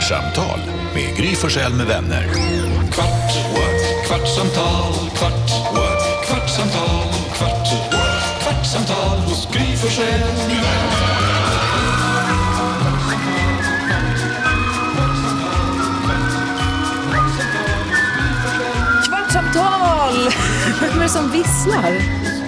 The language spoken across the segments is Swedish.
Kvartsamtal med Gry Forssell med vänner. Kvart, what? Kvartsamtal, kvart, what? Kvartsamtal, kvart, what? Kvartsamtal hos Gry Forssell med vänner. Kvartsamtal! Vem är det som visslar?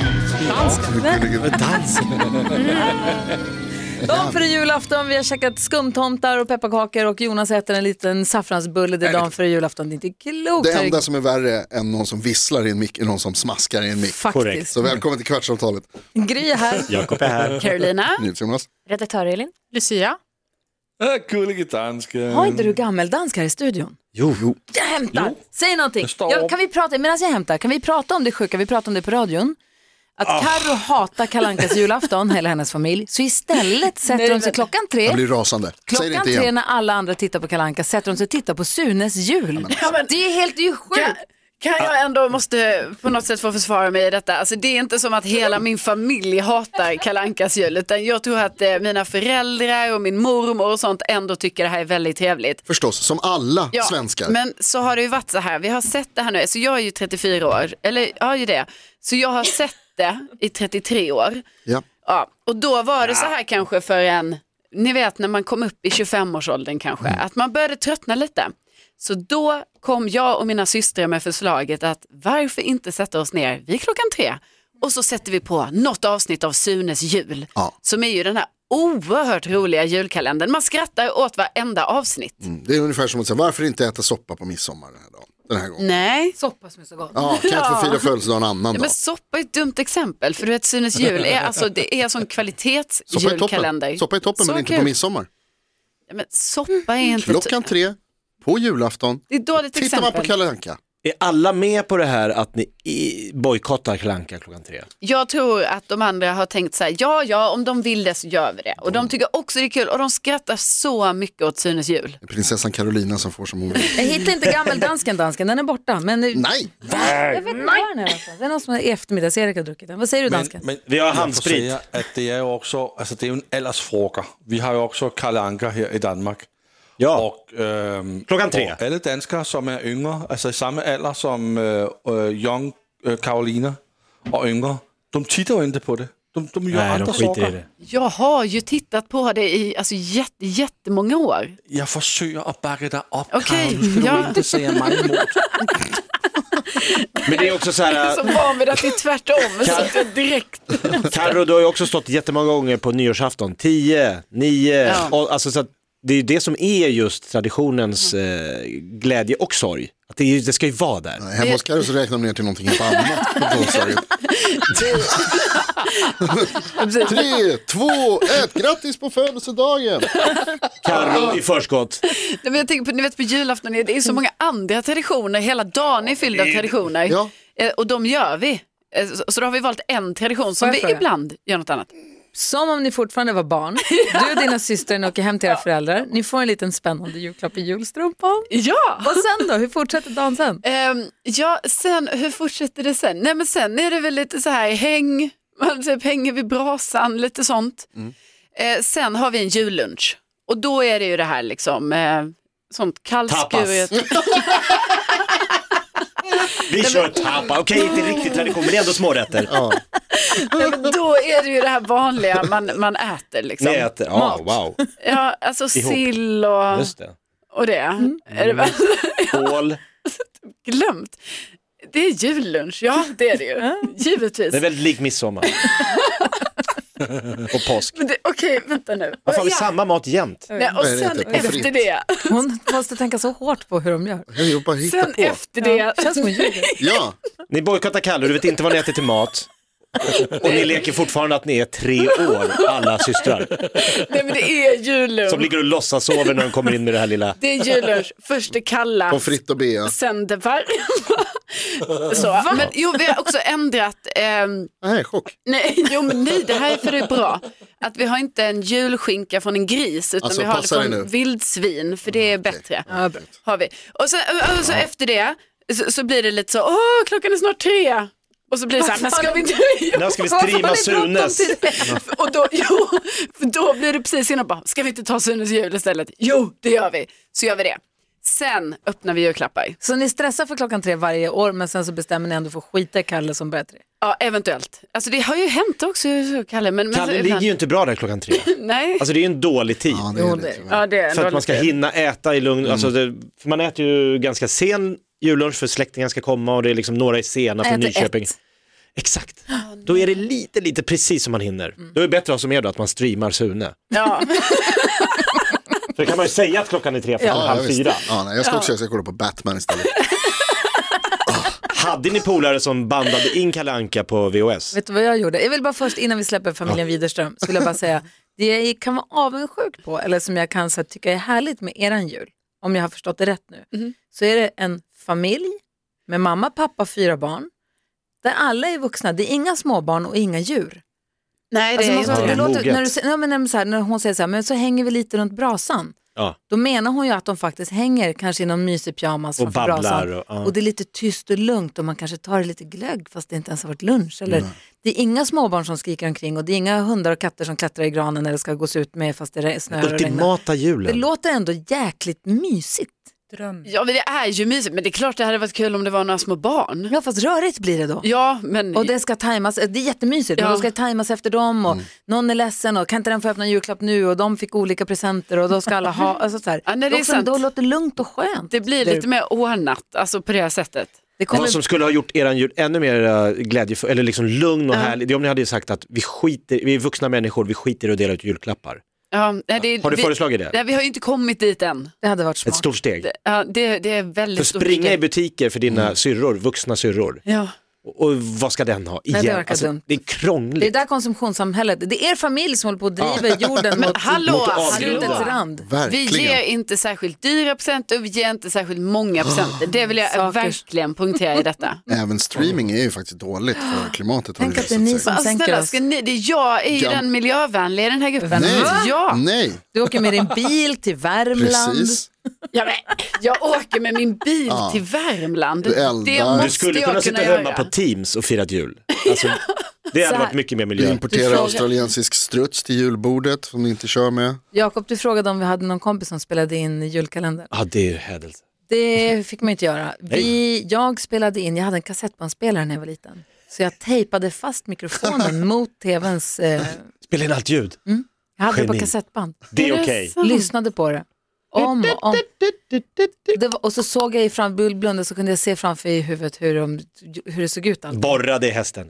Dagen före julafton, vi har käkat skumtomtar och pepparkakor och Jonas äter en liten saffransbulle. Det är dagen före julafton, det är inte klokt. Det enda som är värre än någon som visslar i en mick är någon som smaskar i en mick. Faktiskt. Så välkommen till Kvartsamtalet. Gry är här. Jakob är här. Carolina. Jonas. Redaktör Elin. Lucia. Gullige dansken. Har inte du gammeldansk här i studion? Jo. Jag hämtar. Jo. Säg någonting. Ja, Kan vi prata, medan jag hämtar, kan vi prata om det sjuka? Vi pratar om det på radion. Att Karo hatar Kalle Ankas julafton, hela hennes familj. Så istället sätter de sig klockan 3. Jag blir rasande. Klockan 3 när alla andra tittar på Kalle Anka sätter de sig och tittar på Sunes jul. Det är ju sjukt. Kan jag ändå måste på något sätt få försvara mig i detta. Alltså det är inte som att hela min familj hatar Kalle Ankas jul. Utan jag tror att mina föräldrar och min mormor och sånt ändå tycker det här är väldigt trevligt. Förstås, som alla svenskar. Men så har det ju varit så här. Vi har sett det här nu. Så jag är ju 34 år. Eller ja, ju det. Så jag har sett det i 33 år. Ja. Ja, och då var det så här kanske för ni vet när man kom upp i 25-årsåldern kanske, att man började tröttna lite. Så då kom jag och mina systrar med förslaget att varför inte sätta oss ner vid klockan 3 och så sätter vi på något avsnitt av Sunes jul, som är ju den här oerhört roliga julkalendern. Man skrattar åt varenda avsnitt. Det är ungefär som att säga, varför inte äta soppa på midsommar den här gången? Nej. Soppa som är så gott. Ja, kan jag inte få fira födelsedag en annan dag? Men soppa är ett dumt exempel, för du vet Sunes jul är alltså, det är sån kvalitetsjulkalender. Soppa är toppen, men inte på midsommar. Ja, men soppa är inte... Klockan 3 på julafton. Det är ett dåligt Tittar exempel. man på Kalle Anka. Är alla med på det här att ni bojkottar Kalle Anka klockan 3? Jag tror att de andra har tänkt så här, ja, om de vill det så gör vi det. Och de tycker också det är kul och de skrattar så mycket åt Sunes jul. Prinsessan Carolina som får som hon vill. Jag hittar inte gammeldansken, den är borta. Men nu... Nej! Jag vet inte var den är någonstans. Det är någon som i eftermiddags-Erik har druckit den. Vad säger du, dansken? Men Vi har handsprit. jag får säga att det är ju också, alltså det är ju en aldersfråga. Vi har ju också Kalle Anka här i Danmark. Ja, Och, klockan 3. Och alla danskare som är yngre, alltså i samma ålder som young Carolina och yngre, de tittar ju inte på det. De gör andra skiter i saker. det. Jag har ju tittat på det i alltså, jättemånga år. Jag försöker att backa dig upp. Okej, Karo, ska ja. du inte säga mig emot. Men det är också så här... Så van vid att det är tvärtom. Så att jag direkt... Karo, du har ju också stått jättemånga gånger på nyårsafton. 10, 9, Ja. och, alltså så att det är det som är just traditionens glädje och sorg. Att det ska ju vara där. Hemma hos Karo så räknar de ner till någonting helt annat. 3, 2, 1, grattis på födelsedagen! Karo i förskott. Nej, men jag tänker på, ni vet på julafton, det är så många andra traditioner. Hela dagen är fylld av traditioner. Ja. Och de gör vi. Så då har vi valt en tradition som Får jag vi fråga? ibland gör något annat. Som om ni fortfarande var barn. Du och dina systrar åker hem till era föräldrar. Ni får en liten spännande julklapp i julstrumpan. Ja! Och sen då? Hur fortsätter dagen sen? Ja, sen, hur fortsätter det sen? Nej, men sen är det väl lite så här man typ hänger vid brasan, lite sånt. Sen har vi en jullunch. Och då är det ju det här liksom, sånt kallskuret. Vi kör tapa. Okej, inte riktigt tradition, men det är ändå smårätter. Ja. Nej, men då är det ju det här vanliga man äter liksom. Ni äter, wow. Ja, alltså sill och, Just det. och det. Är det väl? Hål. Glömt. Det är jullunch, ja det är det ju. Givetvis. Det är väldigt lik midsommar. Och påsk. Okej, vänta nu. Varför har vi samma mat jämt? Nej, och Nej, det sen heter pommes efter frites. det. Hon måste tänka så hårt på hur de gör. Jag bara hittar Sen på. efter det. Känns som en jul. Ja, Ni bojkottar Kalle, du vet inte vad ni äter till mat. Och ni leker fortfarande att ni är 3 år, alla systrar. Nej, men det är jullunch. Som ligger och låtsas sover när de kommer in med det här lilla... Det är jullunch. Först det kalla. på fritt och bea. Sen det varma. Så. Men jo, vi har också ändrat. Nej, chock. Nej, det här är för det är bra. Att vi har inte en julskinka från en gris, utan Alltså, vi har det passar det från nu? vildsvin, för det är bättre. Ja, bra. Har vi. Och så efter det så blir det lite så, klockan är snart 3. Och så blir det så här, men ska vi inte... Nu ska vi streama Sunes. Och då blir det precis innan bara, ska vi inte ta Sunes jul istället? Jo, det gör vi. Så gör vi det. Sen öppnar vi julklappar. Så ni stressar för 3:00 varje år, men sen så bestämmer ni ändå för skita i Kalle som börjar 3? Ja, eventuellt. Alltså det har ju hänt också, Kalle. Men Kalle ligger ju inte bra där 3:00. Nej. Alltså det är ju en dålig tid. Ja, det är det, tyvärr. Ja, det är För att man ska hinna äta i lugn. Alltså för man äter ju ganska sen jullunch för släktingar ska komma och det är liksom några är sena från Nyköping. Exakt. Då är det lite precis som man hinner. Då är det bättre som är då att man streamar Sune. Ja. För kan man ju säga att klockan är 3 för halv 4. Ja, nej, jag ska kolla på Batman istället. Hade ni polare som bandade in Kalle Anka på VHS? Vet du vad jag gjorde? Jag vill bara först, innan vi släpper familjen Widerström, så vill jag bara säga, det jag kan vara avundsjuk på, eller som jag kan så tycka är härligt med eran jul, om jag har förstått det rätt nu, så är det en familj med mamma, pappa, 4 barn, där alla är vuxna. Det är inga småbarn och inga djur. Nej, det alltså, är det låter, moget. när hon säger så här, men så hänger vi lite runt brasan. Ja. Då menar hon ju att de faktiskt hänger kanske i någon mysig pyjamas Och framför babblar brasan. Och det är lite tyst och lugnt och man kanske tar det lite glögg fast det inte ens har varit lunch. Eller, det är inga småbarn som skriker omkring och det är inga hundar och katter som klättrar i granen eller ska gås ut med fast det snöar och regnar. Ultimata julen. Det låter ändå jäkligt mysigt. Dröm. Ja, men det är ju mysigt. Men det är klart det hade varit kul om det var några små barn. Ja, fast rörigt blir det då. Ja, men... Och det ska tajmas, det är jättemysigt, men då ska det tajmas efter dem och någon är ledsen och kan inte den få öppna julklapp nu och de fick olika presenter och då ska alla ha, alltså så här. Ja, nej, det är sant. Då låter det lugnt och skönt. Det blir lite mer ordnat, alltså på det här sättet. Det kommer... Vad som skulle ha gjort eran jul ännu mer glädjefull, eller liksom lugn och härlig, det är om ni hade sagt att vi är vuxna människor, vi skiter i att dela ut julklappar. Ja, Har du föreslagit det? Nej, vi har ju inte kommit dit än. Det hade varit smart. Ett stort steg. Ja, det är väldigt För stort springa steg. i butiker för dina syrror, vuxna syrror. Ja. Och vad ska den ha? Igen? det verkar dumt. Det är Det är krångligt. där konsumtionssamhället. Det är er familj som håller på att driva jorden mot slutets rand. Vi Verkligen. ger inte särskilt dyra presenter och vi ger inte särskilt många presenter. Det vill jag verkligen punktera i detta. Även streaming är ju faktiskt dåligt för klimatet. Har Tänk det att det är visat ni sig. som sänker oss. Jag är ju den miljövänliga i den här gruppen. Nej, Ja. nej, Du åker med din bil till Värmland. precis. Ja, men, jag åker med min bil till Värmland. Du eldar. Det måste Du skulle jag kunna sitta göra. hemma på Teams och fira jul. Alltså, det hade Så här. varit mycket mer Du miljö. importerar frågar- australiensisk struts till julbordet som ni inte kör med. Jakob, du frågade om vi hade någon kompis som spelade in julkalendern. Ja, det är ju hädelse. Det fick man inte göra. Jag spelade in, jag hade en kassettbandspelare när jag var liten. Så jag tejpade fast mikrofonen mot tvns... Spela in allt ljud. Jag hade det på Geni. kassettband. Det är okej. Lyssnade på det. Om och om. Och så såg jag i blundade så kunde jag se framför i huvudet hur det såg ut. Borrade i hästen.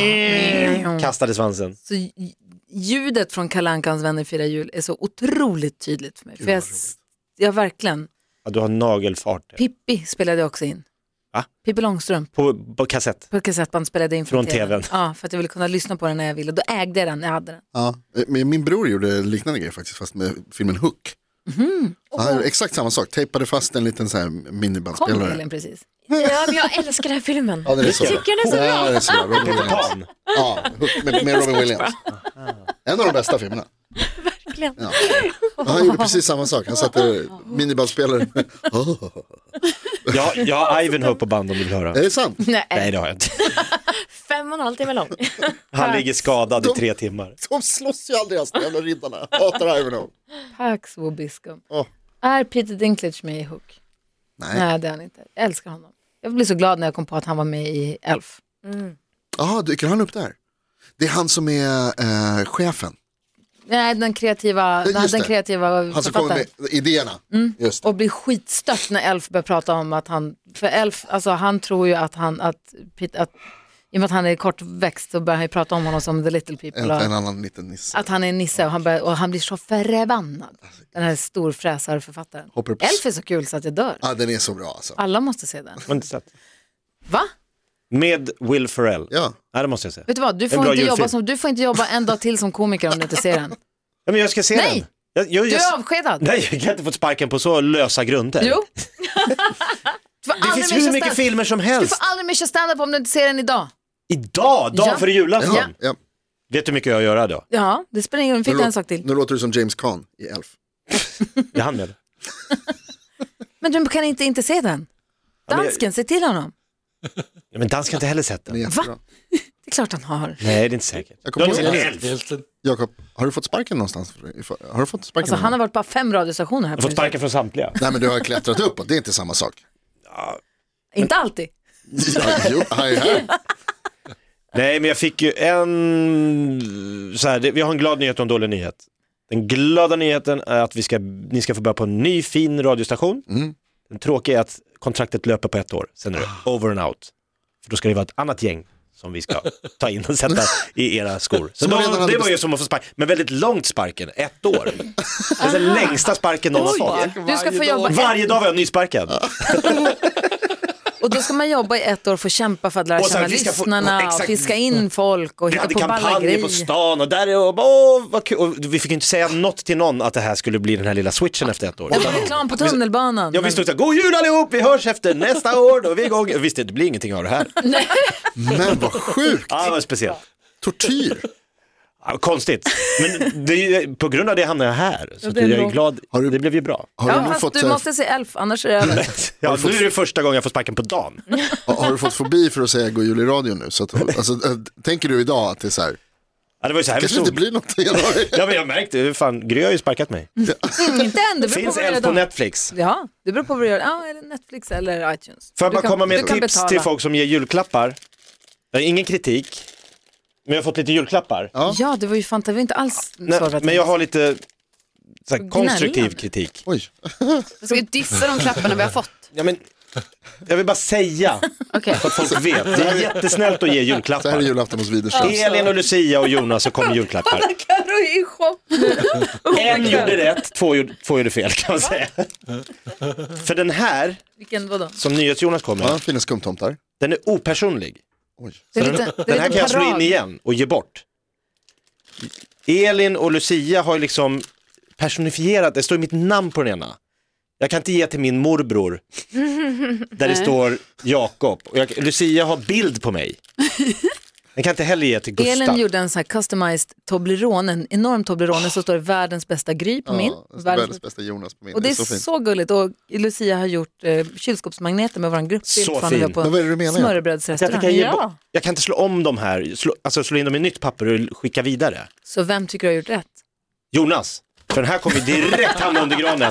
Kastade svansen. Så ljudet från Kalle Ankans vänner firar jul är så otroligt tydligt för mig. För jag verkligen... Ja, du har nagelfart. Pippi spelade jag också in. Va? Pippi Långstrump. På kassett. På kassettband spelade jag in Från tvn. Ja, för att jag ville kunna lyssna på den när jag ville. Då ägde jag den, jag hade den. Ja. Men min bror gjorde liknande grej faktiskt, fast med filmen Hook. Så han gjorde exakt samma sak, tejpade fast en liten så här Kom minibandspelare. Elin precis. Ja, men jag älskar den här filmen. Ja, den är så bra. Tycker den är så bra. Ja, den är så bra. Robin Williams. Pan. Ja, Hook med Robin Williams. En av de bästa filmerna. Verkligen. Ja. Och han gjorde precis samma sak, han satte minibandspelare. Ja, jag har Ivanhoe på band om du vill höra. Är det sant? Nej, det har jag inte. 5,5 timmar lång. Han ligger skadad i 3 timmar. De slåss ju aldrig, de jävla riddarna. Hatar Ivanhoe. Pax Wobiscum. Åh. Är Peter Dinklage med i Hook? Nej, det är han inte. Jag älskar honom. Jag blir så glad när jag kom på att han var med i Elf. Ja, dyker han upp där? Det är han som är chefen. Nej, den kreativa Just det. Han som kommer författaren. med idéerna. Just det. Och blir skitstört när Elf börjar prata om att han... För Elf, alltså han tror ju att i och med att han är kortväxt så börjar han ju prata om honom som the little people. En annan liten nisse. Att han är en nisse och han blir så förbannad. Den här storfräsarförfattaren. Hoppar upp. Elf är så kul så att jag dör. Ja, den är så bra alltså. Alla måste se den. Har inte sett. Va? Med Will Ferrell. Ja. Ja, det måste jag säga. Vet du vad? Du En får bra inte julfilm. jobba en dag till som komiker om du inte ser den. Ja, men jag ska se Nej! den. Du är avskedad. Nej, jag kan inte få sparken på så lösa grunder. Jo. Det finns hur mycket filmer som Du helst. får aldrig mer köra stand-up om du inte ser den idag. Idag, dagen Ja. före julafton. Ja. Ja. Vet du hur mycket jag gör då? Ja, det spelar ingen roll. Fick Nu jag en lå- sak till. Nu låter du som James Caan i Elf. Jag hann med det. Men du kan inte se den. men Dansken, se till honom. Ja, men dansk har inte heller sett Den är den. jättebra. Det är klart han har. Nej, det är inte säkert. Jag kommer Du har ihåg inte sett det. Elf. Jakob, har du fått sparken någonstans? Har du fått sparken? Alltså, han har varit på 5 radiostationer här. Jag har fått sparken från samtliga. Nej, men du har klättrat uppåt, det är inte samma sak. Inte alltid. Ja, jo, hej. Nej, men jag fick ju vi har en glad nyhet och en dålig nyhet. Den glada nyheten är att ni ska få börja på en ny fin radiostation. Den tråkiga är att kontraktet löper på 1 år. Sen är det over and out. För då ska det vara ett annat gäng som vi ska ta in och sätta i era skor. Så det var ju som att få sparken, men väldigt långt sparken, 1 år. Det är den längsta sparken någon har fått. Du ska få jobba Varje dag var jag nysparkad. Och då ska man jobba i 1 år för att kämpa för att lära Och sen känna vi ska få- lyssnarna och exakt. fiska in folk och Vi hitta hade på balla kampanjer grejer. på stan och vad kul. Och vi fick inte säga något till någon att det här skulle bli den här lilla switchen efter 1 år. Och reklam på tunnelbanan. Jag visste att god jul allihop, vi hörs efter nästa år, då är vi igång. Jag visste, det blir ingenting av det här. Men vad sjukt. Ja, det var speciellt. Tortyr. Ja, konstigt. Men det är, ju- på grund av det hamnar jag här. Så att det är jag är bra. glad. Har du- Det blev ju bra. Har Ja, du fast fått, du måste se Elf, annars är det över. Ja, nu är det första gången jag får sparken på dagen. har du fått fobi för att säga god jul i radio nu? Så att, alltså, tänker du idag att det är så här, Ja, det var ju så här vi kanske inte stod. blir något i januari? Ja, men jag märkte, fan, Gry har ju sparkat mig. Inte än, det beror Finns på vad du Elf gör på då. Netflix. Ja, det beror på vad du gör. Ja, eller Netflix eller iTunes. Får jag Du bara kan- komma med du ett kan tips betala. till folk som ger julklappar? Ingen kritik. Men jag har fått lite julklappar. Ja, det var ju fantastiskt. Det var inte alls Nej, så. men jag har lite så här, Gnälla. konstruktiv kritik. Oj, Jag ska dissa de klapparna vi har fått. Ja, men, jag vill bara säga Okej. så att folk vet. Det är jättesnällt att ge så här är julklappar. julafton hos Widerström. Elin och Lucia och Jonas så kommer julklappar. Carro är i chock nu. En gjorde rätt, två gjorde fel kan man säga. För den här, Vilken, vadå? som NyhetsJonas kommer med, Ja, fina skumtomtar. den är opersonlig. Oj. Det är Så lite, den, det är den här lite kan jag slå in parad. igen och ge bort. Elin och Lucia har ju liksom personifierat, det står mitt namn på den ena. Jag kan inte ge till min morbror där det står Jakob. Och Lucia har bild på mig. Jag kan inte heller ge till Gustav. Elin gjorde en sån här customized Toblerone, en enorm Toblerone, så står det världens bästa Gry på min. Ja, världens bästa Jonas på min. Och det är så fint. så gulligt. Och Lucia har gjort kylskåpsmagneter med våran gruppbild Så från när vi var fin. på Men vad är det du menar? smörrebrödsrestaurang. Jag kan inte slå om de här, slå in dem i nytt papper och skicka vidare. Så vem tycker du har gjort rätt? Jonas, för den här kommer direkt hamna under granen.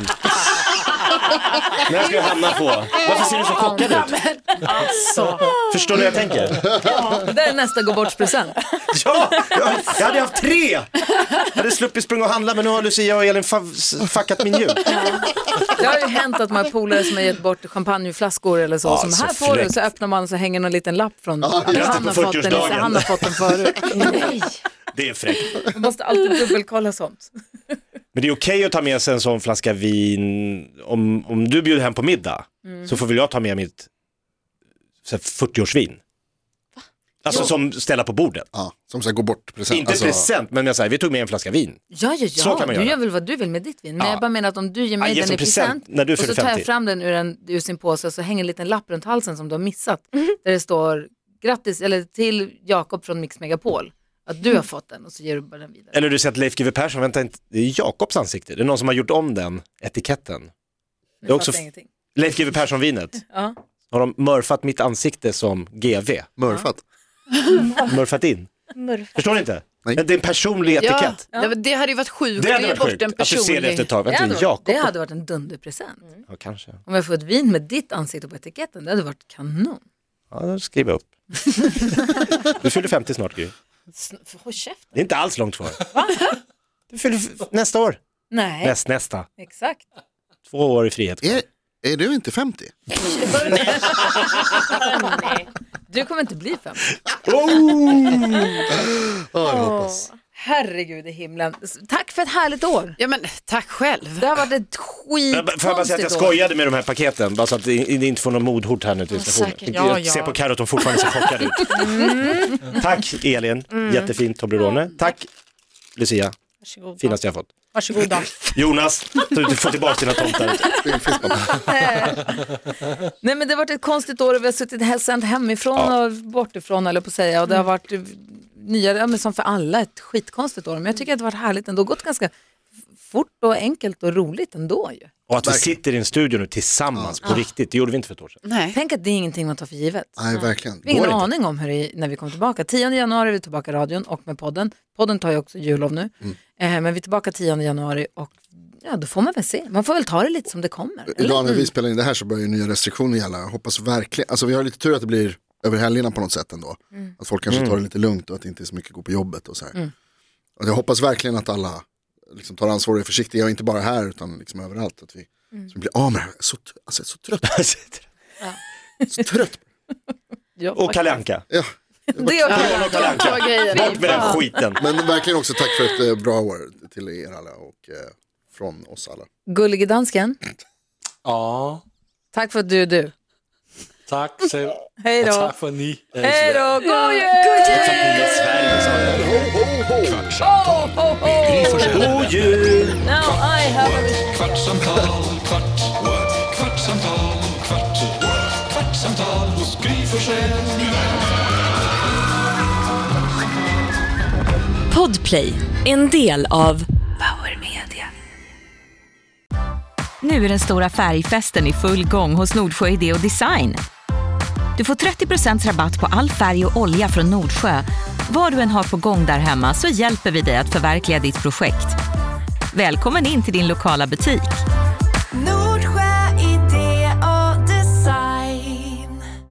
Den här ska jag hamna på. Varför ser du så chockad ut? Alltså. Förstår du vad jag tänker? Det där är nästa gå bort-present. Ja, jag hade haft 3. Jag hade sluppit springa och handla, men nu har Lucia och Elin fuckat min jul. Det har ju hänt att man har polare som har gett bort champagneflaskor eller så. Ja, som så här får du, fräckt. så öppnar man och så hänger någon liten lapp från grattis han på har fått den, 40-årsdagen. han har fått den förut. Nej, Det är fräckt. man måste alltid dubbelkolla sånt. Men det är okej att ta med sig en sån flaska vin om du bjuder hem på middag. Så får väl jag ta med mitt 40-årsvin. Alltså som ställa på bordet. Ja, som så här, gå bort present. Inte present, men jag säger, vi tog med en flaska vin. Ja, Så kan man du göra. gör väl vad du vill med ditt vin. Men Ja. jag bara menar att om du ger mig ge den som i present när du och så fyller tar jag 50. fram den ur sin påse och så hänger en liten lapp runt halsen som du har missat. Där det står grattis eller till Jakob från Mix Megapol. Att du har fått den och så ger du bara den vidare. Eller du säger att Leif GW Persson, vänta inte, det är Jakobs ansikte. Det är någon som har gjort om den etiketten. Det är också Ingenting. Leif GW Persson-vinet. Ja. Har de mörfat mitt ansikte som GV? Mörfat. Mörfat in. Förstår ni inte? Nej. Men det är en personlig Ja, etikett. det hade ju varit sjukt Det att hade ge varit bort sjukt en att du ser det efter ett personlig. tag. Det Vänta, hade, Jakob? det hade varit en dunderpresent. Ja, kanske. Om jag får ett vin med ditt ansikte på etiketten, det hade varit kanon. Ja, då skriver jag upp. Du fyller 50 snart, Gry. Håll käften. Det är inte alls långt kvar. Du fyller nästa år. Nej, Nästa. exakt. 2 år i frihet. Är du inte 50? Du kommer inte bli 50. Ja, jag hoppas. Herregud i himlen. Tack för ett härligt år. Ja men tack själv. Det har varit ett Får jag bara säga att jag skitkonstigt år. skojade med de här paketen, bara så att det inte får någon modhort här nu till stationen. säkert. Ja, Jag ser ja. på Karo att hon fortfarande ser chockad ut. Tack Elin, jättefin Toblerone. Tack Lucia, Varsågod. finaste jag fått. Varsågod då. Jonas, du får tillbaka dina tomtar. Nej men det har varit ett konstigt år och vi har suttit sänt hemifrån och bortifrån eller på att säga. Och det har varit nya, ja, men som för alla, ett skitkonstigt år. Men jag tycker att det har varit härligt ändå. Gått ganska fort och enkelt och roligt ändå ju. Och att vi sitter i en studio nu tillsammans på riktigt, det gjorde vi inte för ett år sedan. Nej. Tänk att det är ingenting man tar för givet. Nej, verkligen. Vi har ingen aning om hur det är när vi kommer tillbaka. 10 januari är vi tillbaka radion och med podden. Podden tar ju också jullov nu. Men vi är tillbaka 10 januari och då får man väl se. Man får väl ta det lite som det kommer. Idag när vi spelar in det här så börjar ju nya restriktioner gälla. Jag hoppas verkligen, alltså vi har lite tur att det blir över helgerna på något sätt ändå. Att folk kanske tar det lite lugnt och att det inte är så mycket gå på jobbet och så här. Och jag hoppas verkligen att alla liksom tar ansvar och är försiktiga, och inte bara här utan liksom överallt. Att vi blir av med det här. Jag är så trött. Så trött. Och Kalle Anka. Ja. Det är Bort med den skiten. Men verkligen också tack för ett bra år till er alla och från oss alla. Gullige dansken. Ja, Tack för att du är du. tack selv. Hej då. Og tak for, at ni er Hej då. God jul! Kvartsamtal med Gry Forssell med God jul! Now I have a... Kvartsamtal, kvartsamtal, kvartsamtal hos Gry Forssell med vänner. Podplay, en del av Power Media. Nu är den stora färgfesten i full gång hos Nordsjö Idé och Design. Du får 30% rabatt på all färg och olja från Nordsjö. Vad du än har på gång där hemma så hjälper vi dig att förverkliga ditt projekt. Välkommen in till din lokala butik.